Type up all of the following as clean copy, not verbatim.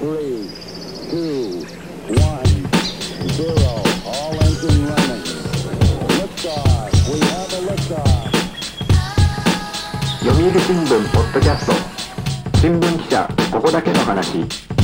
3, 2, 1, 0. All engine running. Liftoff. We have a liftoff. 読売新聞ポッドキャスト、新聞記者ここだけの話。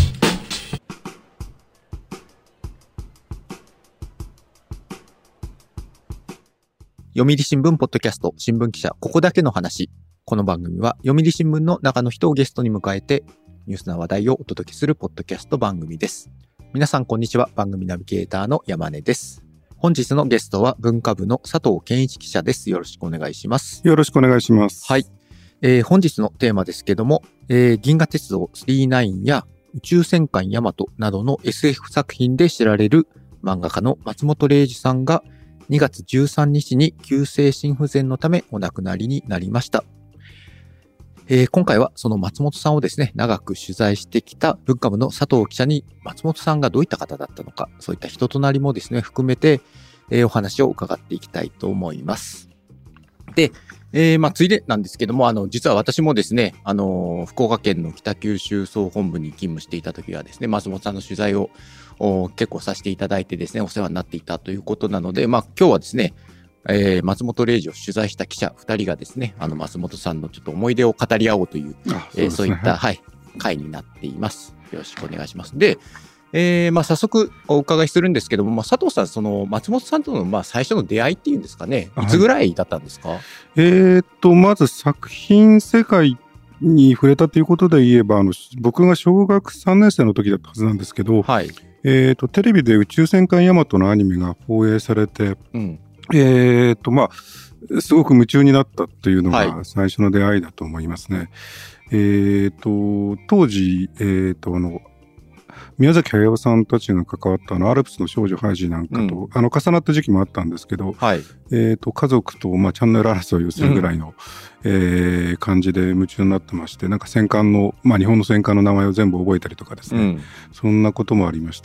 読売新聞ポッドキャスト、新聞記者ここだけの話。この番組は読売新聞の中の人をゲストに迎えてニュースな話題をお届けするポッドキャスト番組です。皆さんこんにちは。番組ナビゲーターの山根です。本日のゲストは文化部の佐藤健一記者です。よろしくお願いします。 よろしくお願いします。 はい。本日のテーマですけども、銀河鉄道999や宇宙戦艦ヤマトなどの SF 作品で知られる漫画家の松本零士さんが2月13日に急性心不全のためお亡くなりになりました。今回はその松本さんをですね、長く取材してきた文化部の佐藤記者に松本さんがどういった方だったのか、そういった人となりもですね、含めて、お話を伺っていきたいと思います。で、ついでなんですけども、実は私もですね、福岡県の北九州総本部に勤務していた時はですね、松本さんの取材を結構させていただいてですね、お世話になっていたということなので、今日はですね、松本零士を取材した記者2人がですね、松本さんのちょっと思い出を語り合おうという、そういった、はい、会になっています。よろしくお願いします。で、早速お伺いするんですけども、佐藤さん、その松本さんとの最初の出会いっていうんですかね、いつぐらいだったんですか？はい、 まず作品世界に触れたということで言えば、僕が小学3年生の時だったはずなんですけど、はい、テレビで宇宙戦艦ヤマトのアニメが放映されて、すごく夢中になったというのが最初の出会いだと思いますね。当時、宮崎駿さんたちが関わったアルプスの少女ハイジなんかと、重なった時期もあったんですけど、はい、家族とチャンネル争いをするぐらいの、感じで夢中になってまして、なんか戦艦の、日本の戦艦の名前を全部覚えたりとかですね、そんなこともありました。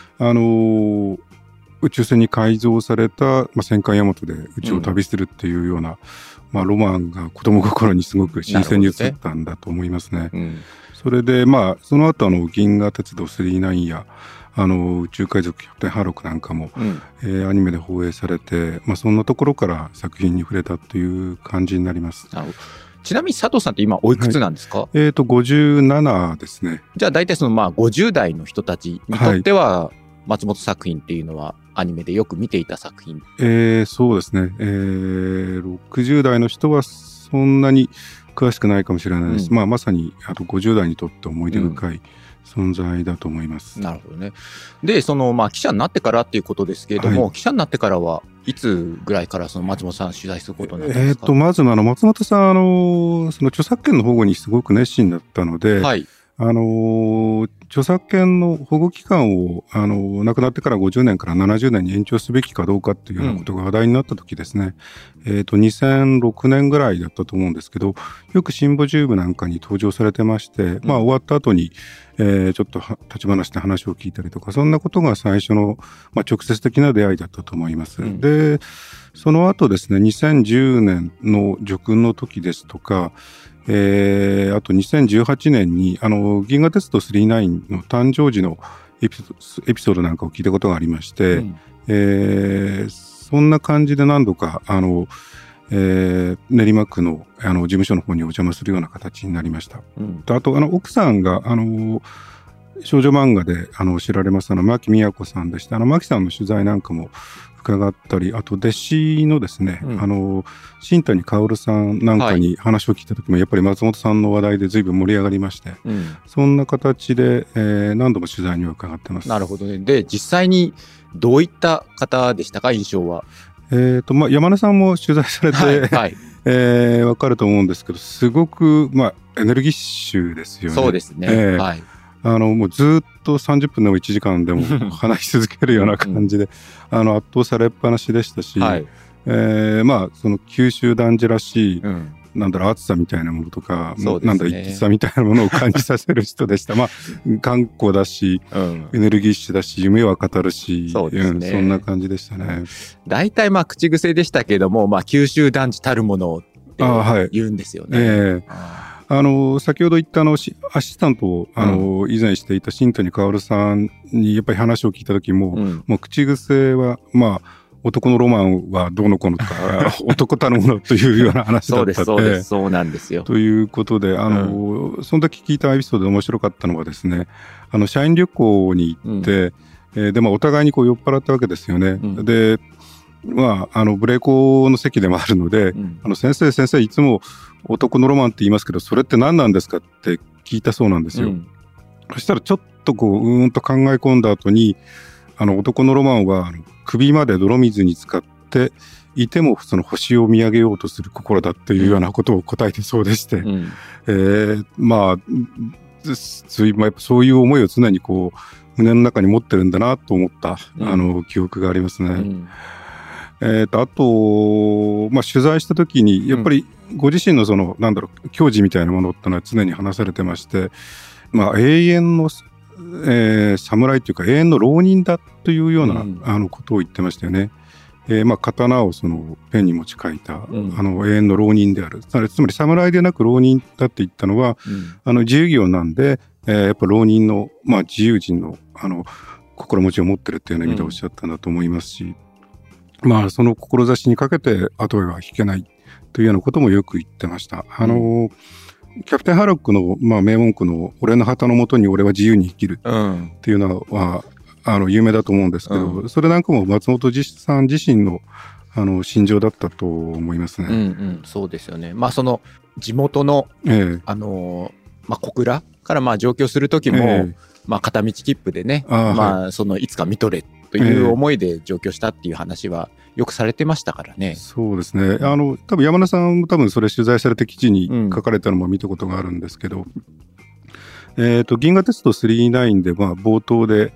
宇宙船に改造された、戦艦ヤマトで宇宙を旅するっていうような、ロマンが子供心にすごく新鮮に映ったんだと思いますね。それでその後銀河鉄道999や宇宙海賊キャプテンハーロックなんかも、アニメで放映されて、そんなところから作品に触れたという感じになります。 ちなみに佐藤さんって今おいくつなんですか？ 57ですね。 じゃあ大体その50代の人たちにとっては、松本作品っていうのはアニメでよく見ていた作品？ そうですね、60代の人はそんなに詳しくないかもしれないです。まさにあと50代にとって思い出深い存在だと思います。 なるほどね。で、その記者になってからっていうことですけれども、記者になってからはいつぐらいからその松本さん取材することになったんですか？ まず松本さんその著作権の保護にすごく熱心だったので、著作権の保護期間を亡くなってから50年から70年に延長すべきかどうかっていうようなことが話題になった時ですね、2006年ぐらいだったと思うんですけど、よくシンポジウムなんかに登場されてまして、終わった後に、ちょっと立ち話で話を聞いたりとか、そんなことが最初の、直接的な出会いだったと思います。で、その後ですね、2010年の叙勲の時ですとか、あと2018年に銀河鉄道999の誕生時のエピソードなんかを聞いたことがありまして、そんな感じで何度か練馬区の事務所の方にお邪魔するような形になりました。あと奥さんが少女漫画で知られます牧宮子さんでして、牧さんの取材なんかも伺ったり、あと弟子のですね、新谷薫さんなんかに話を聞いた時もやっぱり松本さんの話題で随分盛り上がりまして、そんな形で、何度も取材には伺ってます。 なるほどね。で、実際にどういった方でしたか、印象は？ 山根さんも取材されて、分かると思うんですけど、すごく、エネルギッシュですよね。 そうですね。 もうずっと30分でも1時間でも話し続けるような感じで圧倒されっぱなしでしたし、その九州男児らしい、熱さみたいなものとか、一気さみたいなものを感じさせる人でした。頑固だし、エネルギッシュだし、夢は語るし、そんな感じでしたね。 大体口癖でしたけども、九州男児たるものって言うんですよね。 先ほど言ったアシスタントを以前していた新谷薫さんにやっぱり話を聞いた時も、もう口癖はまあ男のロマンはどうのこうのとか男たるものというような話だったそうです、そうなんですよ。 ということでその時聞いたエピソードで面白かったのはですね、社員旅行に行って、でお互いにこう酔っ払ったわけですよね。でブレーコの席でもあるので、先生いつも男のロマンって言いますけどそれって何なんですかって聞いたそうなんですよ。そしたらちょっとこうと考え込んだ後に男のロマンは首まで泥水に浸かっていてもその星を見上げようとする心だっていうようなことを答えてそうでして、随分やっぱそういう思いを常にこう胸の中に持ってるんだなと思った記憶がありますね。あと、取材した時にやっぱりご自身のその矜持みたいなものってのは常に話されてまして、永遠の侍というか永遠の浪人だというようなことを言ってましたよね。刀をそのペンに持ち書いた、永遠の浪人である。つまり侍でなく浪人だって言ったのは、自由業なんで、やっぱ浪人の、自由人の心持ちを持ってるっていうような意味でおっしゃったんだと思いますし、その志にかけて後へは引けないというようなこともよく言ってました。キャプテンハロックの、名文句の俺の旗の下に俺は自由に生きるっていうのは、有名だと思うんですけど、それなんかも松本さん自身の心情だったと思いますね。 そうですよね。その地元の、小倉から上京する時も、片道切符でね、そのいつか見とれという思いで上京したっていう話はよくされてましたからね。 そうですね。多分山田さんもそれ取材されて記事に書かれたのも見たことがあるんですけど、銀河鉄道999で冒頭で、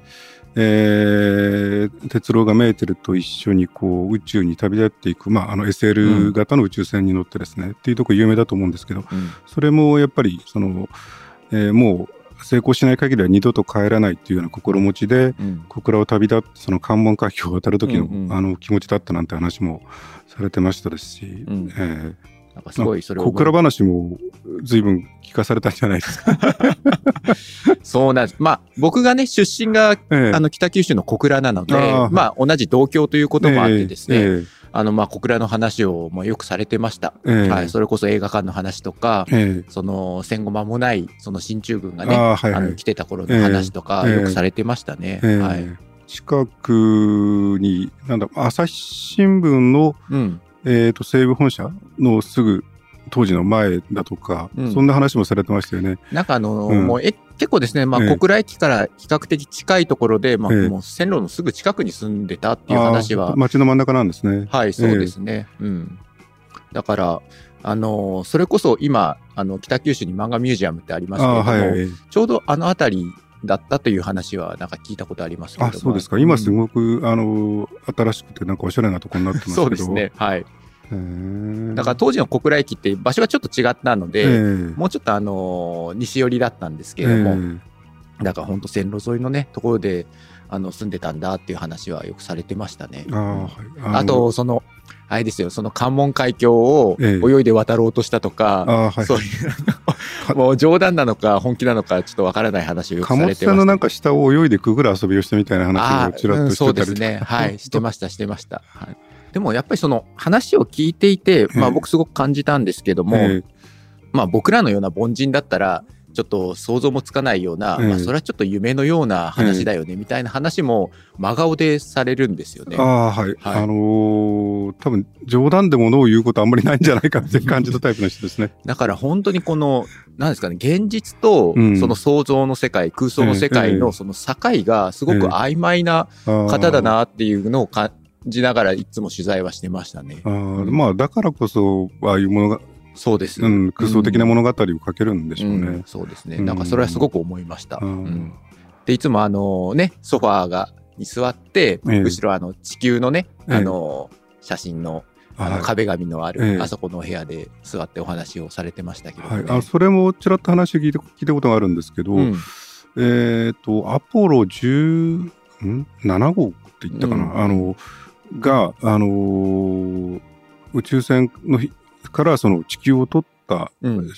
鉄郎がメーテルと一緒にこう宇宙に旅立っていく、SL 型の宇宙船に乗ってですね、っていうところ有名だと思うんですけど、それもやっぱりその、もう成功しない限りは二度と帰らないっていうような心持ちで、小倉を旅立ってその関門海峡を渡る時の、気持ちだったなんて話もされてましたですし、 なんかすごいそれを小倉話も随分聞かされたんじゃないですか。 そうなんです。僕がね出身が、北九州の小倉なので、同じ同郷ということもあってですね、小倉の話をよくされてました。それこそ映画館の話とか、その戦後間もないその進駐軍がね、来てた頃の話とか、よくされてましたね。 近くに朝日新聞の、西武本社のすぐ当時の前だとか、そんな話もされてましたよね。 なんかもう結構ですね、小倉駅から比較的近いところで、もう線路のすぐ近くに住んでたっていう話は。 街の真ん中なんですね。 はい、そうですね。だから、それこそ今、北九州に漫画ミュージアムってありますけれども、ちょうど辺りだったという話はなんか聞いたことありますけども。 そうですか。今すごく、新しくてなんかおしゃれなところになってますけど。 そうですね。はい。だから当時の小倉駅って場所がちょっと違ったので、もうちょっと西寄りだったんですけれども、だから本当線路沿いのねところで住んでたんだっていう話はよくされてましたね。あとあれですよ、その関門海峡を泳いで渡ろうとしたとか、そういうもう冗談なのか本気なのかちょっとわからない話をよくされてました。 貨物船のなんか下を泳いでくぐる遊びをしたみたいな話をちらっとしてたりとか。 そうですね。はい、してました。はい。でもやっぱりその話を聞いていて、僕すごく感じたんですけども、僕らのような凡人だったらちょっと想像もつかないような、それはちょっと夢のような話だよねみたいな話も真顔でされるんですよね。 多分冗談で物を言うことあんまりないんじゃないかって感じのタイプの人ですね。 だから本当にこのなんですかね、現実とその想像の世界、空想の世界のその境がすごく曖昧な方だなっていうのを感じながらいつも取材はしてましたね。 だからこそああいうものがそうです、 空想的な物語を書けるんでしょうね。 そうですね。なんかそれはすごく思いました。でいつもソファーに座って、後ろ地球のね、写真の壁紙のある、あそこの部屋で座ってお話をされてましたけどね。それもちらっと話を聞いたことがあるんですけど、アポロ17号って言ったかな、が宇宙船のからその地球を取った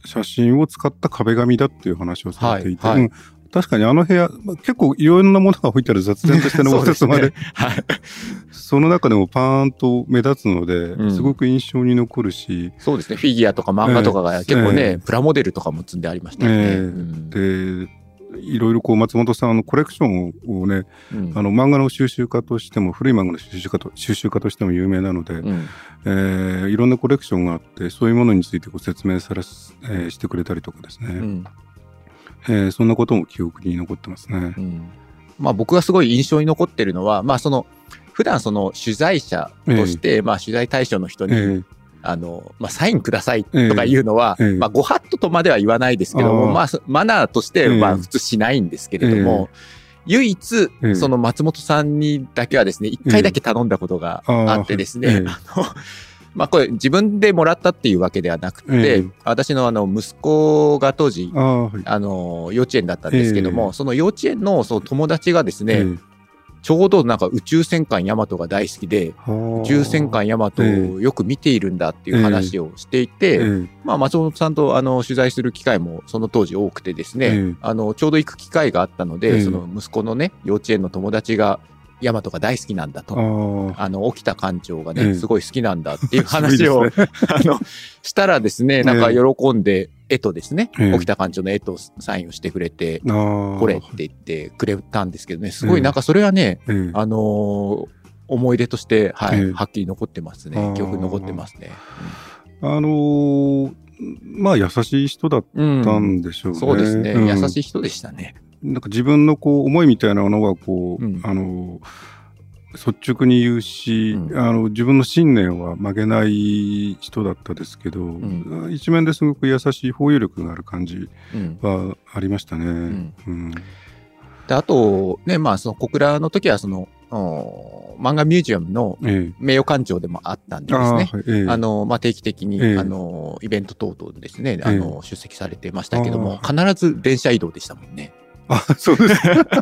写真を使った壁紙だっていう話をされていて、 はいはい、 確かにあの部屋、結構いろんなものが置いてある雑然としての応接間で、その中でもパーンと目立つので、すごく印象に残るし、 そうですね、フィギュアとか漫画とかが結構ね、プラモデルとかも積んでありましたよね。 で、いろいろこう松本さんのコレクションをね、漫画の収集家としても、古い漫画の収集家としても有名なので、いろんなコレクションがあって、そういうものについてご説明してくれたりとかですね、そんなことも記憶に残ってますね。 まあ、僕がすごい印象に残ってるのは、まあ、普段その取材者として、まあ、取材対象の人に、まあ、サインくださいとかいうのは、まあ、ご法度とまでは言わないですけども、まあ、マナーとして、まあ、普通しないんですけれども、唯一、その松本さんにだけはですね、一回だけ頼んだことがあってですね、まあ、これ自分でもらったっていうわけではなくて、私の息子が当時、幼稚園だったんですけども、その幼稚園のその友達がですね、ちょうどなんか宇宙戦艦ヤマトが大好きで、宇宙戦艦ヤマトをよく見ているんだっていう話をしていて、まあ松本さんと取材する機会もその当時多くてですね、ちょうど行く機会があったので、その息子のね、幼稚園の友達がヤマトが大好きなんだと、沖田艦長がね、すごい好きなんだっていう話を、したらですね、なんか喜んで、絵とですね、沖田艦長の絵とサインをしてくれて、これって言ってくれたんですけどね、すごいなんかそれはね、思い出として、はっきり残ってますね。記憶に残ってますね。 まあ優しい人だったんでしょうね。 そうですね、優しい人でしたね。 なんか自分のこう思いみたいなのはこう、率直に言うし、自分の信念は曲げない人だったですけど、一面ですごく優しい包容力がある感じはありましたね。 であとね、まあその小倉の時はその漫画ミュージアムの名誉館長でもあったんでですね、まあ、定期的に、イベント等々ですね、出席されてましたけども、必ず電車移動でしたもんね。 そうです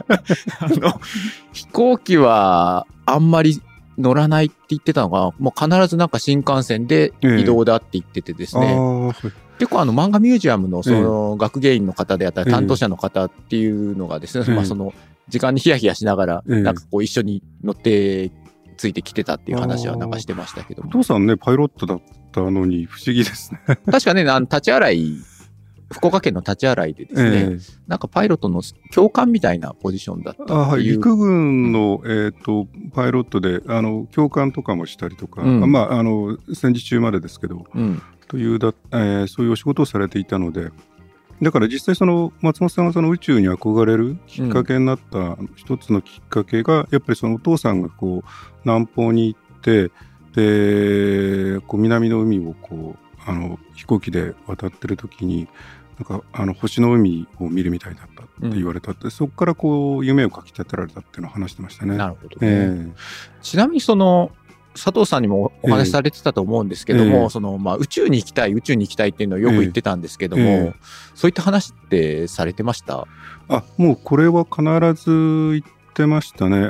飛行機はあんまり乗らないって言ってたのが、もう必ずなんか新幹線で移動だって言っててですね、結構漫画ミュージアムのその学芸員の方であったり担当者の方っていうのがですね、まあその時間にヒヤヒヤしながらなんかこう一緒に乗ってついてきてたっていう話はなんかしてましたけども。 お父さんねパイロットだったのに不思議ですね。 確かね、立ち洗い、福岡県の立ち洗いでですね、なんかパイロットの教官みたいなポジションだったっていう。 陸軍の、パイロットで教官とかもしたりとか、まあ戦時中までですけど、というそういうお仕事をされていたので、だから実際その松本さんがその宇宙に憧れるきっかけになった一つのきっかけが、やっぱりそのお父さんがこう南方に行ってでこう南の海をこう飛行機で渡ってる時になんか星の海を見るみたいだったって言われたって、そこからこう夢をかき立てられたっていうのを話してましたね。 なるほどね。ちなみにその佐藤さんにもお話しされてたと思うんですけども、まあ、宇宙に行きたいっていうのをよく言ってたんですけども、そういった話ってされてました？ もうこれは必ず言ってましたね。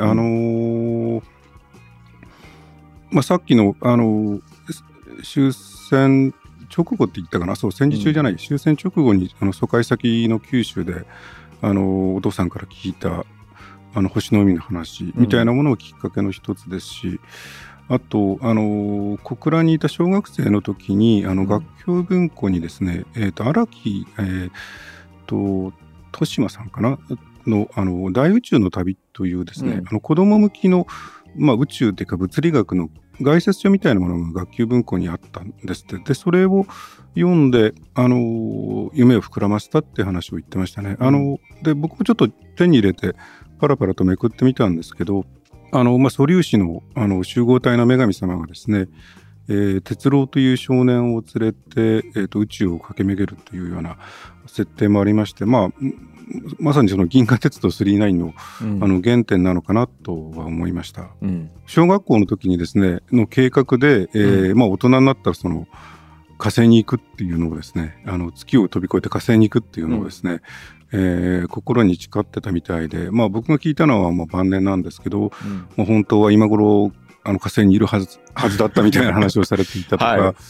まあ、さっきの終戦直後って言ったかな、戦時中じゃない、終戦直後に疎開先の九州でお父さんから聞いた星の海の話みたいなものがきっかけの一つですし、あと小倉にいた小学生の時に学校文庫にですね、荒木豊島さんかなの大宇宙の旅というですね、子供向きの、まあ、宇宙というか物理学の概説書みたいなものが学級文庫にあったんですって。でそれを読んで夢を膨らませたって話を言ってましたね。で僕もちょっと手に入れてパラパラとめくってみたんですけど、まあ、素粒子の集合体の女神様がですね、鉄郎という少年を連れて、宇宙を駆け巡るというような設定もありまして、まあ、まさにその銀河鉄道999の、原点なのかなとは思いました。小学校の時にですねの計画で、まあ、大人になったらその火星に行くっていうのをですね、月を飛び越えて火星に行くっていうのをですね、心に誓ってたみたいで、まあ、僕が聞いたのはまあ晩年なんですけど、まあ、本当は今頃火星にいるはずだったみたいな話をされていたとか、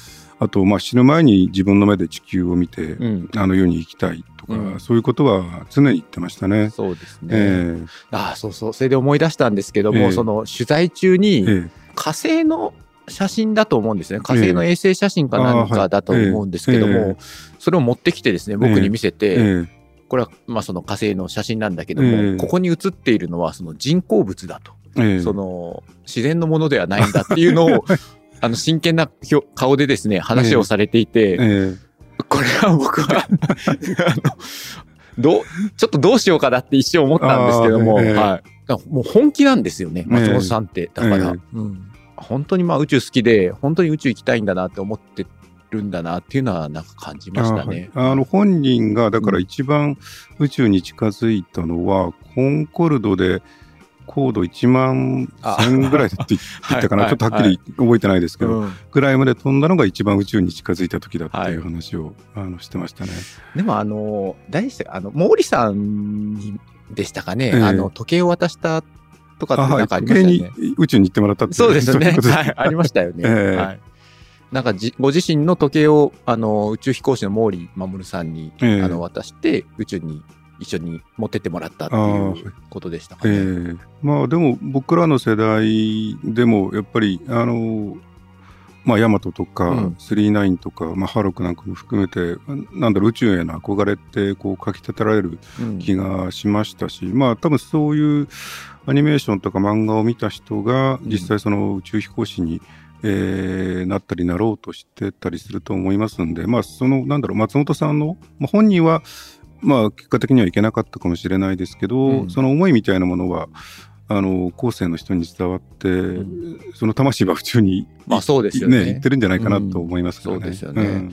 あと死ぬ前に自分の目で地球を見て、あの世に行きたいとか、そういうことは常に言ってましたね。 そうですね。そうそう、それで思い出したんですけども、その取材中に火星の写真だと思うんですね。火星の衛星写真か何かだと思うんですけども、それを持ってきてですね、僕に見せて、これはその火星の写真なんだけども、ここに写っているのはその人工物だと、その自然のものではないんだっていうのを真剣な顔でですね話をされていて、これは僕はちょっとどうしようかなって一瞬思ったんですけども、もう本気なんですよね、松本さんって。だから、本当に宇宙好きで本当に宇宙行きたいんだなって思ってるんだなっていうのはなんか感じましたね。 本人がだから一番宇宙に近づいたのは、コンコルドで高度1万1000ぐらいだって言ったかな、ちょっとはっきり覚えてないですけど、ぐらいまで飛んだのが一番宇宙に近づいた時だっていう話を、してましたね。 でも誰でした毛利さんでしたかね、時計を渡したとかってなんかありましたよね。 時計に宇宙に行ってもらったって。 そうですよね。ありましたよね。なんかご自身の時計を宇宙飛行士の毛利衛さんに渡して宇宙に一緒に持ってってもらったっていうことでしたかね。 でも僕らの世代でもやっぱりヤマトとか39とか、ハロクなんかも含めて宇宙への憧れってこうかき立てられる気がしましたし、多分そういうアニメーションとか漫画を見た人が実際その宇宙飛行士になったりなろうとしてたりすると思いますんで、その松本さんの、本人は結果的にはいけなかったかもしれないですけど、その思いみたいなものは後世の人に伝わって、その魂は宇宙に、 そうですよね、 行ってるんじゃないかなと思いますからね。 そうですよね。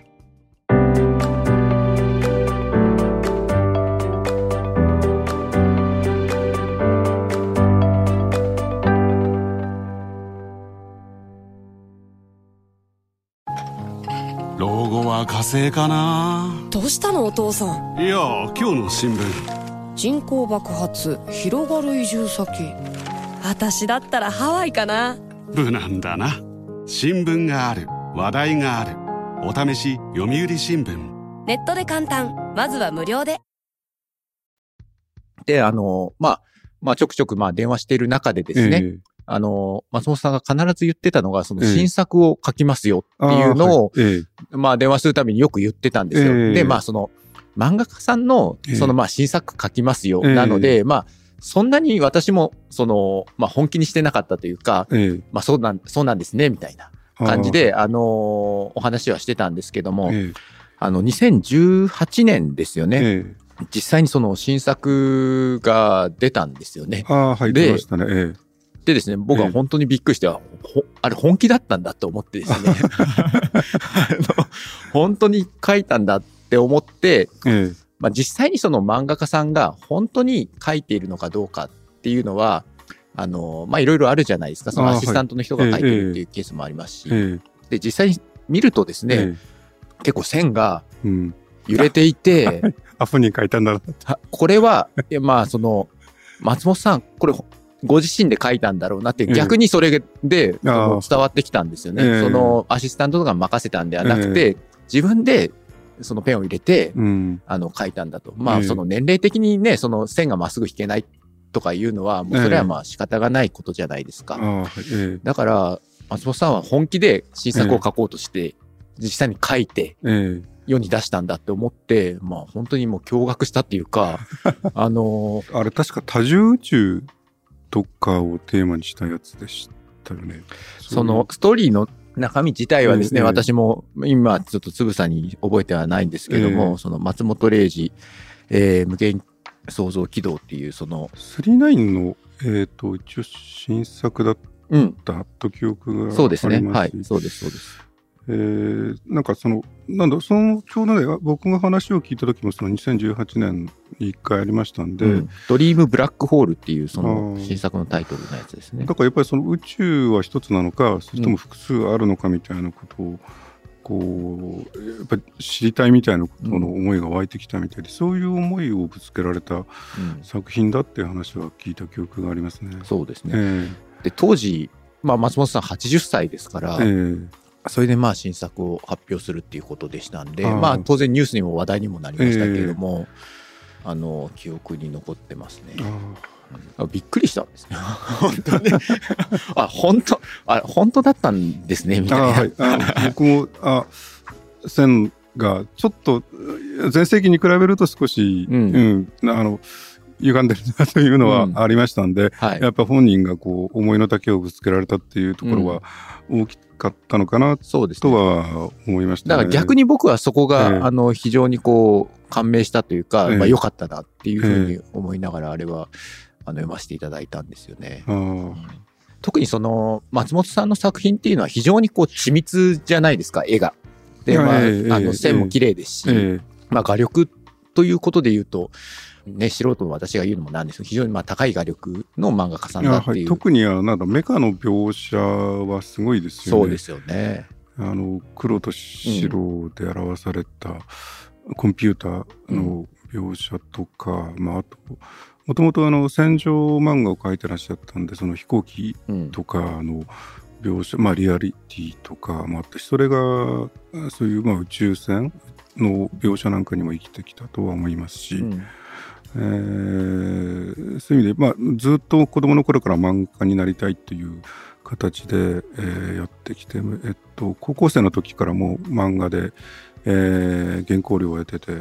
老後は火星かな。 どうしたのお父さん。 いや今日の新聞、 人口爆発広がる移住先。私だったらハワイかな。 無難だな。新聞がある、話題がある。お試し読売新聞。 ネットで簡単、まずは無料で。 でちょくちょく電話している中でですね、松本さんが必ず言ってたのが、その新作を書きますよっていうのを、電話するたびによく言ってたんですよ。で、その漫画家さんの、その新作書きますよ。なので、そんなに私も、本気にしてなかったというか、そうなんですね、みたいな感じで、お話はしてたんですけども、2018年ですよね。実際にその新作が出たんですよね。 出ましたね。 でですね、僕は本当にびっくりして、あれ本気だったんだと思ってですね、本当に書いたんだって思って、実際にその漫画家さんが本当に書いているのかどうかっていうのは、いろいろあるじゃないですか。そのアシスタントの人が書いてるっていうケースもありますし、で、実際に見るとですね、結構線が揺れていて、 アフに書いたんだ。 これは、その、松本さん、これ、ご自身で書いたんだろうなって、逆にそれで伝わってきたんですよね。そのアシスタントが任せたんではなくて、自分でそのペンを入れて、書いたんだと。その年齢的にね、その線がまっすぐ引けないとかいうのは、もうそれは仕方がないことじゃないですか。だから、松本さんは本気で新作を書こうとして、実際に書いて、世に出したんだって思って、本当にもう驚愕したっていうか、 あれ確か多重宇宙とかをテーマにしたやつでしたよね。 そのストーリーの中身自体はですね、私も今ちょっとつぶさに覚えてはないんですけども、その松本零士、無限創造軌道っていうその 39の一応新作だったと記憶があります。 そうですね。はい、そうですそうです。 なんかそのちょうどね、僕が話を聞いた時もその2018年に1回ありましたんで、 ドリームブラックホールっていうその新作のタイトルのやつですね。 だからやっぱりその宇宙は一つなのか、それとも複数あるのかみたいなことをこうやっぱり知りたいみたいなことの思いが湧いてきたみたいで、そういう思いをぶつけられた作品だっていう話は聞いた記憶がありますね。 そうですね。で当時、松本さん80歳ですから、 それでまあ新作を発表するっていうことでしたんで、まあ当然ニュースにも話題にもなりましたけれども、記憶に残ってますね。びっくりしたんですね。本当ね。本当だったんですねみたいな。 僕も線がちょっと前世紀に比べると少し、歪んでるなというのはありましたんで、やっぱ本人がこう思いの丈をぶつけられたっていうところは大きかったのかなとは思いましたね。 だから逆に僕はそこが、非常にこう感銘したというか、良かったなっていうふうに思いながらあれは読ませていただいたんですよね。特にその松本さんの作品っていうのは非常にこう緻密じゃないですか、絵が。で、線も綺麗ですし、画力ということで言うと、ね、素人の私が言うのもなんですけど、非常に高い画力の漫画家さんだっていう。 特にメカの描写はすごいですよね。 そうですよね。 黒と白で表されたコンピューターの描写とか、あともともと戦場漫画を描いてらっしゃったんで、その飛行機とかの描写、リアリティとかもあったし、それがそういう宇宙船の描写なんかにも生きてきたとは思いますし、そういう意味で、ずっと子供の頃から漫画家になりたいという形で、やってきて、高校生の時からもう漫画で、原稿料を得てて、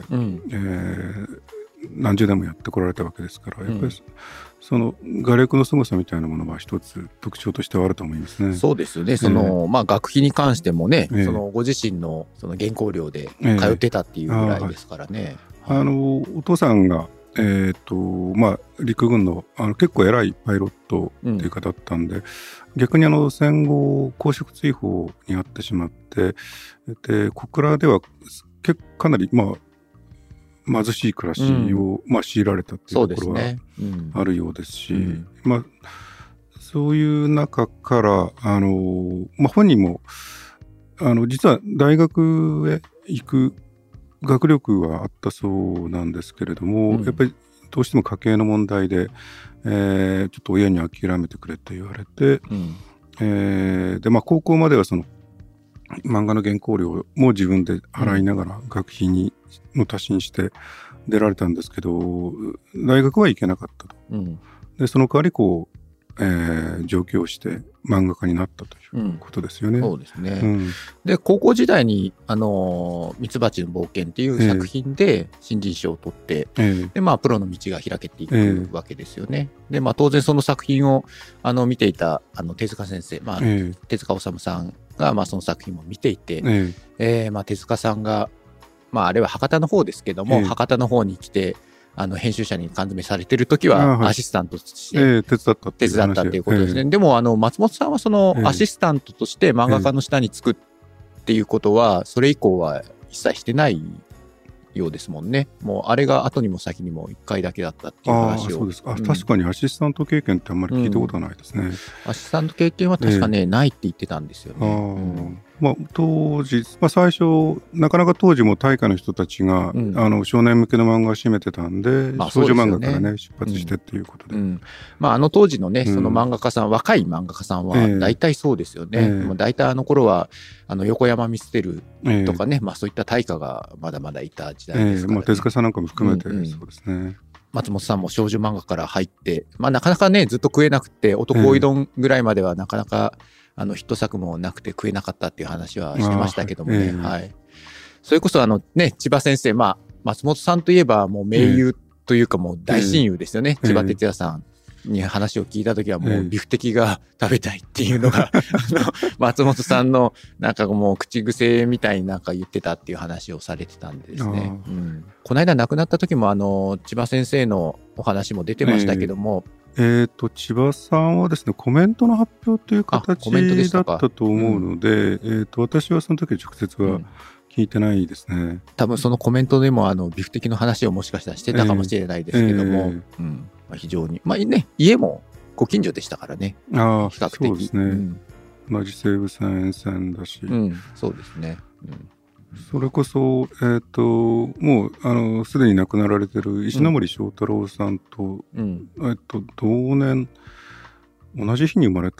何十年もやってこられたわけですから、やっぱりその画力の凄さみたいなものは一つ特徴としてはあると思いますね。 そうですよね。学費に関してもね、そのご自身のその原稿料で通ってたっていうぐらいですからね。 お父さんが陸軍の結構偉いパイロットっていう方だったんで、逆に戦後公職追放にあってしまって、で小倉ではかなり貧しい暮らしを強いられたっていうところはあるようですし、そういう中から本人も実は大学へ行く学力はあったそうなんですけれども、やっぱりどうしても家計の問題で、ちょっと親に諦めてくれと言われて、で高校まではその漫画の原稿料も自分で払いながら学費の足しにして出られたんですけど、大学は行けなかったと。でその代わり上京して漫画家になったということですよね。 そうですね。で高校時代にミツバチの冒険っていう作品で新人賞を取って、でプロの道が開けていくわけですよね。で当然その作品を見ていた手塚先生、手塚治虫さんがその作品も見ていて、手塚さんがあれは博多の方ですけども、博多の方に来て編集者に缶詰されてる時はアシスタントとして手伝ったっていうことですね。でも松本さんはそのアシスタントとして漫画家の下につくっていうことはそれ以降は一切してないようですもんね。もうあれが後にも先にも1回だけだったっていう話を。 そうですか。確かにアシスタント経験ってあんまり聞いたことはないですね。 アシスタント経験は確かね、ないって言ってたんですよね。 当時、最初なかなか当時も大家の人たちが、少年向けの漫画を占めてたんで、少女漫画からね出発してっていうことで、 当時のねその漫画家さん、若い漫画家さんは大体そうですよね。大体頃は横山ミステルとかね、そういった大家がまだまだいた時代ですからね。 手塚さんなんかも含めてそうですね。 松本さんも少女漫画から入って、なかなかねずっと食えなくて、男追い丼ぐらいまではなかなかヒット作もなくて食えなかったっていう話はしてましたけどもね。それこそ千葉先生、松本さんといえばもう盟友というかもう大親友ですよね。千葉哲也さんに話を聞いた時はもうビフテキが食べたいっていうのが松本さんのなんかもう口癖みたいになんか言ってたっていう話をされてたんでですね。この間亡くなった時も千葉先生のお話も出てましたけども、 千葉さんはですね、コメントの発表という形だったと思うので、私はその時直接は聞いてないですね。 多分そのコメントでもビフテキの話をもしかしたらしてたかもしれないですけども、非常に家もご近所でしたからね。比較的。 そうですね。同じ西武線沿線だし、 そうですね。 それこそ、もうすでに亡くなられてる石森章太郎さんと、同年同じ日に生まれた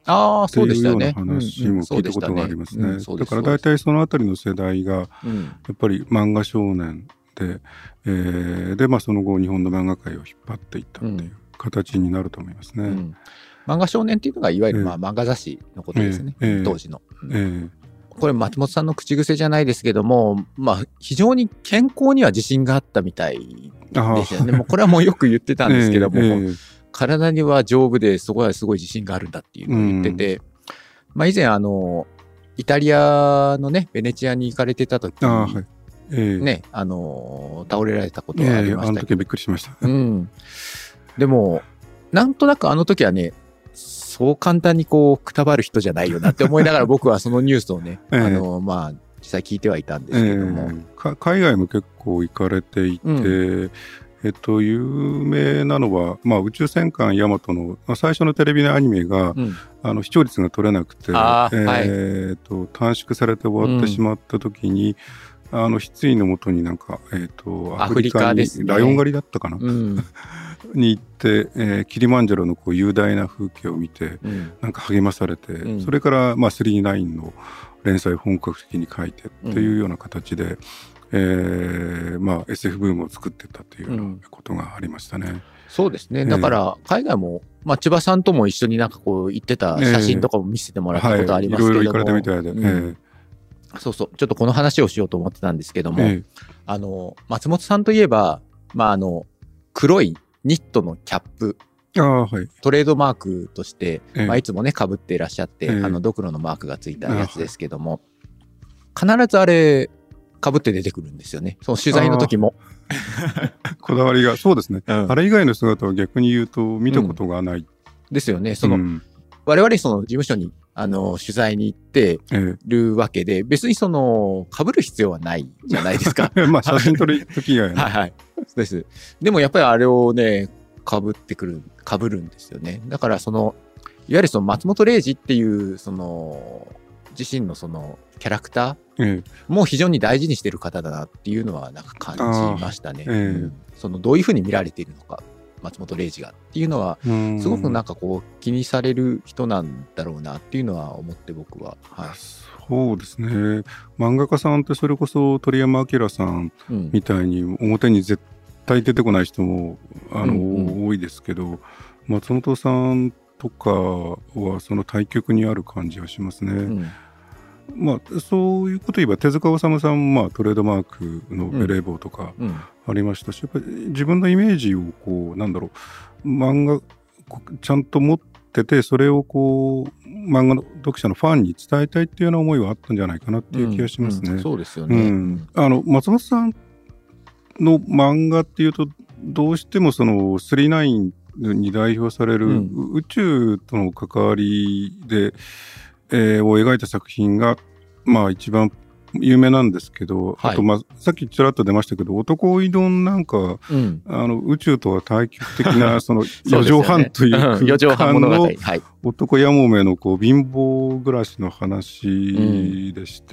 っていうような話も聞いたことがありますね。だから大体そのあたりの世代がやっぱり漫画少年で、その後日本の漫画界を引っ張っていったっていう形になると思いますね。 漫画少年っていうのがいわゆる漫画雑誌のことですね、当時の。これ松本さんの口癖じゃないですけども、非常に健康には自信があったみたいですよね。もうこれはもうよく言ってたんですけども、体には丈夫でそこはすごい自信があるんだっていうのを言ってて、以前イタリアのねベネチアに行かれてた時にね、倒れられたことがありましたけど、 あの時はびっくりしました。 でもなんとなくあの時はね、そう簡単にこうくたばる人じゃないよなって思いながら僕はそのニュースをね、実際聞いてはいたんですけども、 海外も結構行かれていて、有名なのは、宇宙戦艦ヤマトの最初のテレビのアニメが、視聴率が取れなくて、短縮されて終わってしまった時に、失意のもとになんか、アフリカにライオン狩りだったかな、に行って、キリマンジャロのこう雄大な風景を見て、なんか励まされて、それから39の連載を本格的に書いてっていうような形で、SF ブームを作ってったっていうようなことがありましたね。 そうですね。だから海外も、千葉さんとも一緒になんかこう行ってた写真とかも見せてもらったことありますけども、 いろいろ行かれたみたいで、 そうそう、ちょっとこの話をしようと思ってたんですけども、松本さんといえば、黒いニットのキャップ、トレードマークとして、いつもね被っていらっしゃって、ドクロのマークがついたやつですけども、必ずあれ被って出てくるんですよね。その取材の時も。 こだわりが、そうですね。あれ以外の姿は逆に言うと見たことがない。 ですよね。我々その事務所に取材に行ってるわけで、別にその被る必要はないじゃないですか。 写真撮る時以外はね。 です。でもやっぱりあれをね被るんですよね。だからいわゆるその松本零士っていうその自身のそのキャラクターも非常に大事にしてる方だなっていうのはなんか感じましたね。どういうふうに見られているのか、松本零士がっていうのはすごくなんかこう気にされる人なんだろうなっていうのは思って、僕は、 そうですね。漫画家さんってそれこそ鳥山明さんみたいに表に絶対出てこない人も多いですけど、松本さんとかはその対極にある感じはしますね。そういうこと言えば手塚治虫さんもトレードマークのベレー帽とかありましたし、やっぱり自分のイメージをこう漫画ちゃんと持ってて、それをこう漫画の読者のファンに伝えたいっていうような思いはあったんじゃないかなっていう気がしますね。 そうですよね。 松本さんの漫画っていうとどうしてもその39に代表される宇宙との関わりで、を描いた作品が一番有名なんですけど、あとさっきちらっと出ましたけど、男追い丼なんか、宇宙とは対極的なその四畳半という空間の男やもめのこう貧乏暮らしの話でして、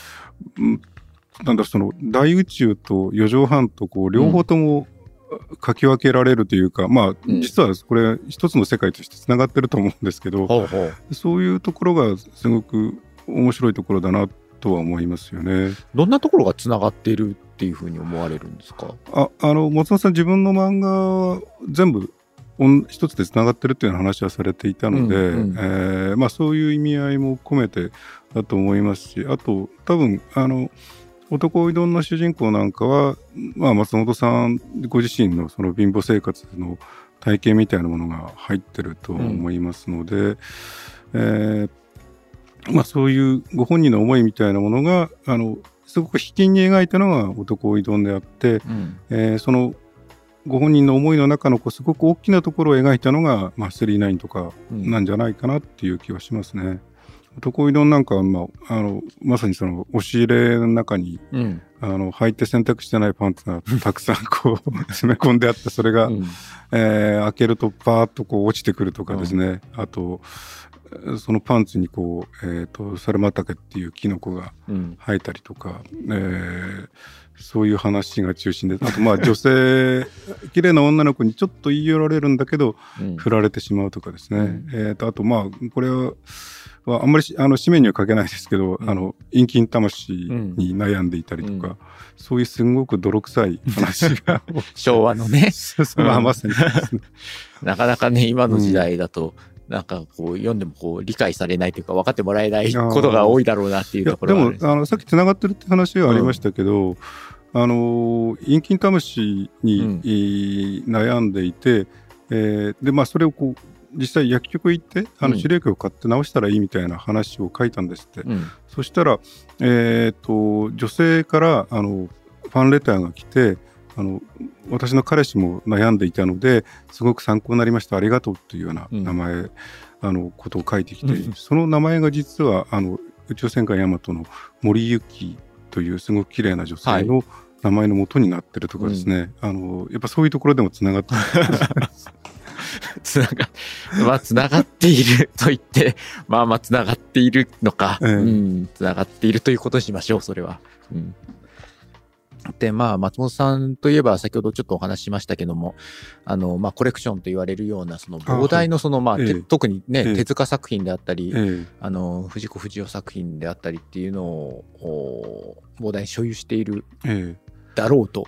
その大宇宙と四畳半とこう両方とも書き分けられるというか、実はこれ一つの世界としてつながってると思うんですけど、そういうところがすごく面白いところだなとは思いますよね。 どんなところがつながっているっていうふうに思われるんですか？ 松本さん自分の漫画は全部一つでつながってるっていうような話はされていたので、そういう意味合いも込めてだと思いますし、あと多分男追い丼の主人公なんかは、松本さんご自身のその貧乏生活の体験みたいなものが入ってると思いますので、そういうご本人の思いみたいなものがすごく卑近に描いたのが男追い丼であって、そのご本人の思いの中のすごく大きなところを描いたのが39とかなんじゃないかなっていう気はしますね。男追い丼なんかは、まさにその押し入れの中に、履いて洗濯してないパンツがたくさんこう詰め込んであって、それが、開けるとパーッとこう落ちてくるとかですね、あとそのパンツにこうサルマタケっていうキノコが生えたりとか、 そういう話が中心で、あとまあ女性綺麗な女の子にちょっと言い寄られるんだけど、振られてしまうとかですね、あとまあこれはあんまり紙面には書けないですけど、陰菌魂に悩んでいたりとか、そういうすごく泥臭い話が昭和のねまさにですねなかなかね今の時代だと、なんかこう読んでもこう理解されないというか分かってもらえないことが多いだろうなっていうところはあるんです。 でもさっきつながってるって話はありましたけど、陰菌魂に、悩んでいて、でまあそれをこう実際薬局行って治療薬を買って治したらいいみたいな話を書いたんですって、そしたら、女性からファンレターが来て、私の彼氏も悩んでいたのですごく参考になりました、ありがとうというような名前、ことを書いてきて、その名前が実は宇宙戦艦ヤマトの森ゆきというすごく綺麗な女性の名前の元になってるとかですね、やっぱそういうところでもつながってるつながっていると言ってまあつながっているのか、つながっているということにしましょう、それは。でまあ松本さんといえば先ほどちょっとお話ししましたけども、コレクションと言われるようなその膨大の特にね、手塚作品であったり、藤子不二雄作品であったりっていうのを膨大に所有しているだろうと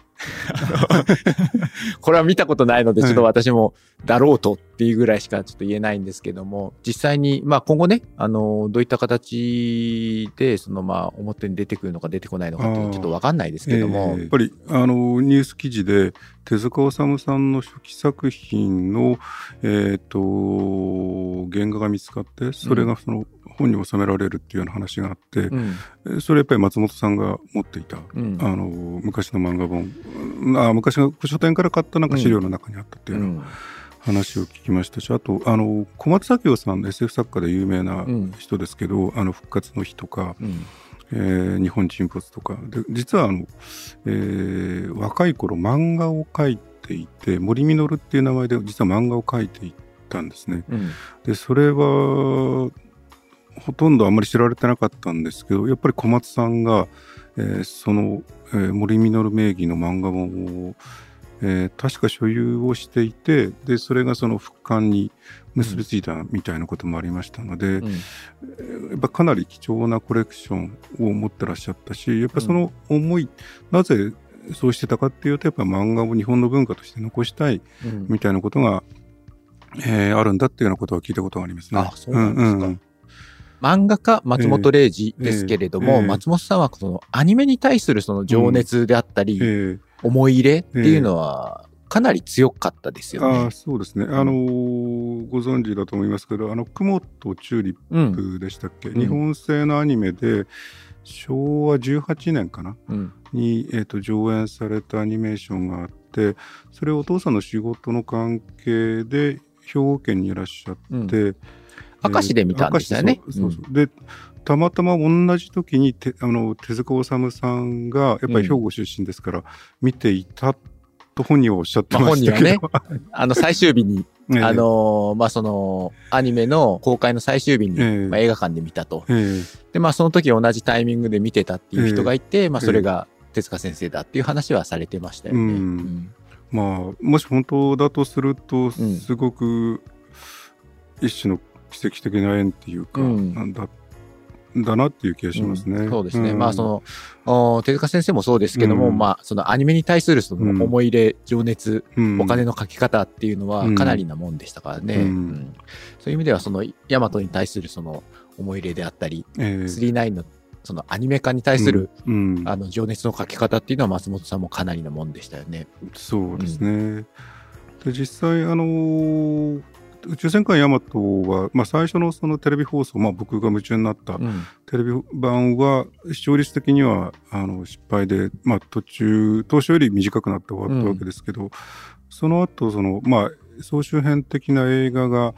これは見たことないのでちょっと私もだろうとっていうぐらいしかちょっと言えないんですけども、実際に今後ねどういった形で表に出てくるのか出てこないのかってちょっと分かんないですけども、 やっぱりニュース記事で手塚治虫さんの初期作品の原画が見つかって、それがその本に収められるっていうような話があって、それやっぱり松本さんが持っていた、昔の漫画本、昔の書店から買ったなんか資料の中にあったっていうような話を聞きましたし、あと小松左京さん、SF 作家で有名な人ですけど、復活の日とか、日本沈没とかで、実は若い頃漫画を描いていて、森実っていう名前で実は漫画を描いていたんですね。でそれはほとんどあんまり知られてなかったんですけど、やっぱり小松さんが、その、森実名義の漫画本を、確か所有をしていて、でそれがその復刊に結びついたみたいなこともありましたので、やっぱかなり貴重なコレクションを持ってらっしゃったし、やっぱその思い、なぜそうしてたかっていうと、やっぱ漫画を日本の文化として残したいみたいなことが、あるんだっていうようなことは聞いたことがありますね。 あ、そうなんですか。漫画家松本零士ですけれども、松本さんはそのアニメに対するその情熱であったり、思い入れっていうのはかなり強かったですよね。 そうですね。ご存知だと思いますけど、雲とチューリップでしたっけ、日本製のアニメで昭和18年かな、に、上演されたアニメーションがあって、それをお父さんの仕事の関係で兵庫県にいらっしゃって、 明石で見たんですよね。 でたまたま同じ時に手塚治虫さんがやっぱり兵庫出身ですから、見ていたと本人はおっしゃってましたけど、 本人はね最終日にそのアニメの公開の最終日に、映画館で見たと、でその時同じタイミングで見てたっていう人がいて、それが手塚先生だっていう話はされてましたよね。 もし本当だとすると、すごく一種の奇跡的な縁っていうか、だなっていう気がしますね。 そうですね。手塚先生もそうですけども、そのアニメに対するその思い入れ、情熱、お金のかけ方っていうのはかなりなもんでしたからね。そういう意味ではそのヤマトに対するその思い入れであったり、39のそのアニメ化に対する、情熱のかけ方っていうのは松本さんもかなりなもんでしたよね。 そうですね。で実際宇宙戦艦ヤマトは、最初のそのテレビ放送、僕が夢中になったテレビ版は視聴率的には失敗で、当初より短くなって終わったわけですけど、その後総集編的な映画が、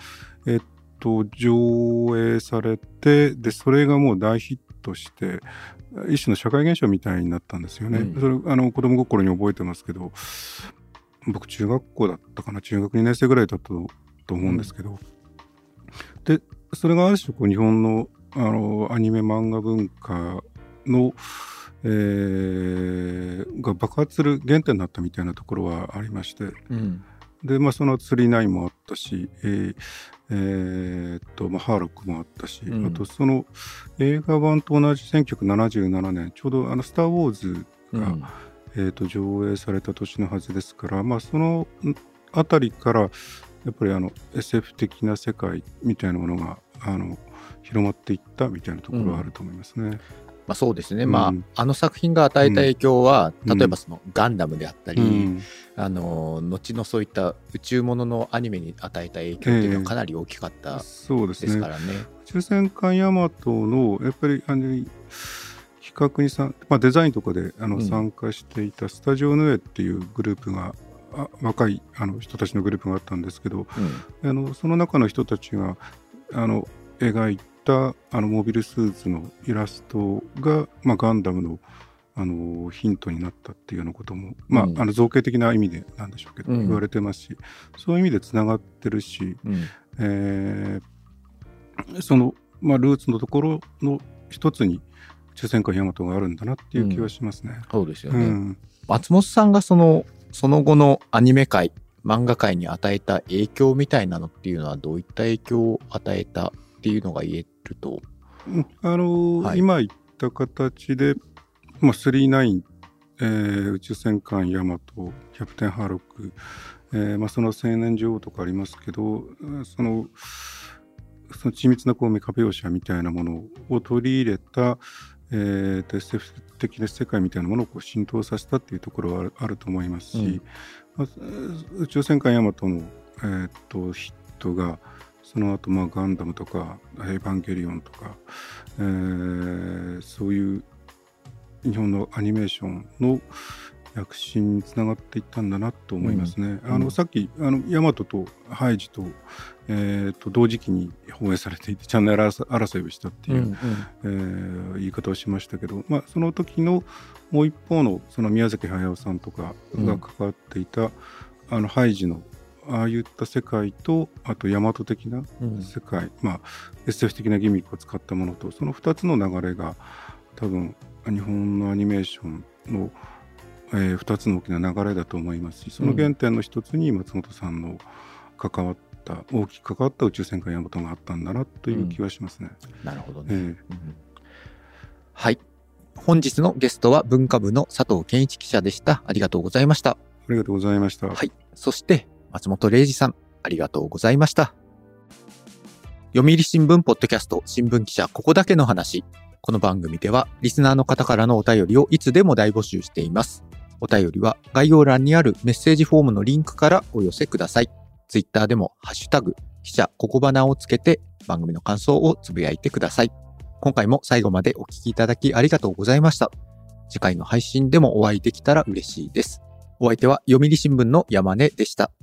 上映されて、でそれがもう大ヒットして一種の社会現象みたいになったんですよね。それ子供心に覚えてますけど、僕中学校だったかな、中学2年生ぐらいだったと思うんですけど、でそれがある種日本のアニメ漫画文化の、 が爆発する原点になったみたいなところはありまして、でその39もあったし、ハーロックもあったし、あとその映画版と同じ1977年ちょうどスター・ウォーズが、上映された年のはずですから、そのあたりからやっぱりSF 的な世界みたいなものが広まっていったみたいなところはあると思いますね。 そうですね、あの作品が与えた影響は、例えばそのガンダムであったり、後のそういった宇宙もののアニメに与えた影響っていうのはかなり大きかったですからね。 宇宙戦艦ヤマトのやっぱり企画にデザインとかで参加していたスタジオヌエっていうグループが若い人たちのグループがあったんですけど、その中の人たちが描いたモビルスーツのイラストが、ガンダムのヒントになったっていうようなことも、造形的な意味でなんでしょうけど、言われてますし、そういう意味でつながってるし、その、ルーツのところの一つに宇宙戦艦ヤマトがあるんだなっていう気はしますね。 そうですよね。松本さんがその後のアニメ界、漫画界に与えた影響みたいなのっていうのはどういった影響を与えたっていうのが言えると、 今言った形で、39、宇宙戦艦ヤマト、キャプテンハーロック、その青年女王とかありますけど、その緻密なメカ描写みたいなものを取り入れた、SF 的な世界みたいなものを浸透させたっていうところはあると思いますし、宇宙戦艦ヤマトの、ヒットがその後ガンダムとかエヴァンゲリオンとか、そういう日本のアニメーションの躍進につながっていったんだなと思いますね。さっきヤマトとハイジと、同時期に放映されていてチャンネル争いをしたっていう、言い方をしましたけど、その時のもう一方のその宮崎駿さんとかが関わっていた、ハイジのああいった世界と、あと大和的な世界、SF 的なギミックを使ったものと、その2つの流れが多分日本のアニメーションの、2つの大きな流れだと思いますし、その原点の一つに松本さんの大きく関わった宇宙戦艦ヤマトがあったんだなという気はしますね。 なるほどね。はい。本日のゲストは文化部の佐藤健一記者でした。ありがとうございました。 ありがとうございました。 はい。そして松本零士さん、ありがとうございました。読売新聞ポッドキャスト新聞記者ここだけの話。この番組ではリスナーの方からのお便りをいつでも大募集しています。お便りは概要欄にあるメッセージフォームのリンクからお寄せください。ツイッターでもハッシュタグ記者ここばなをつけて番組の感想をつぶやいてください。今回も最後までお聞きいただきありがとうございました。次回の配信でもお会いできたら嬉しいです。お相手は読売新聞の山根でした。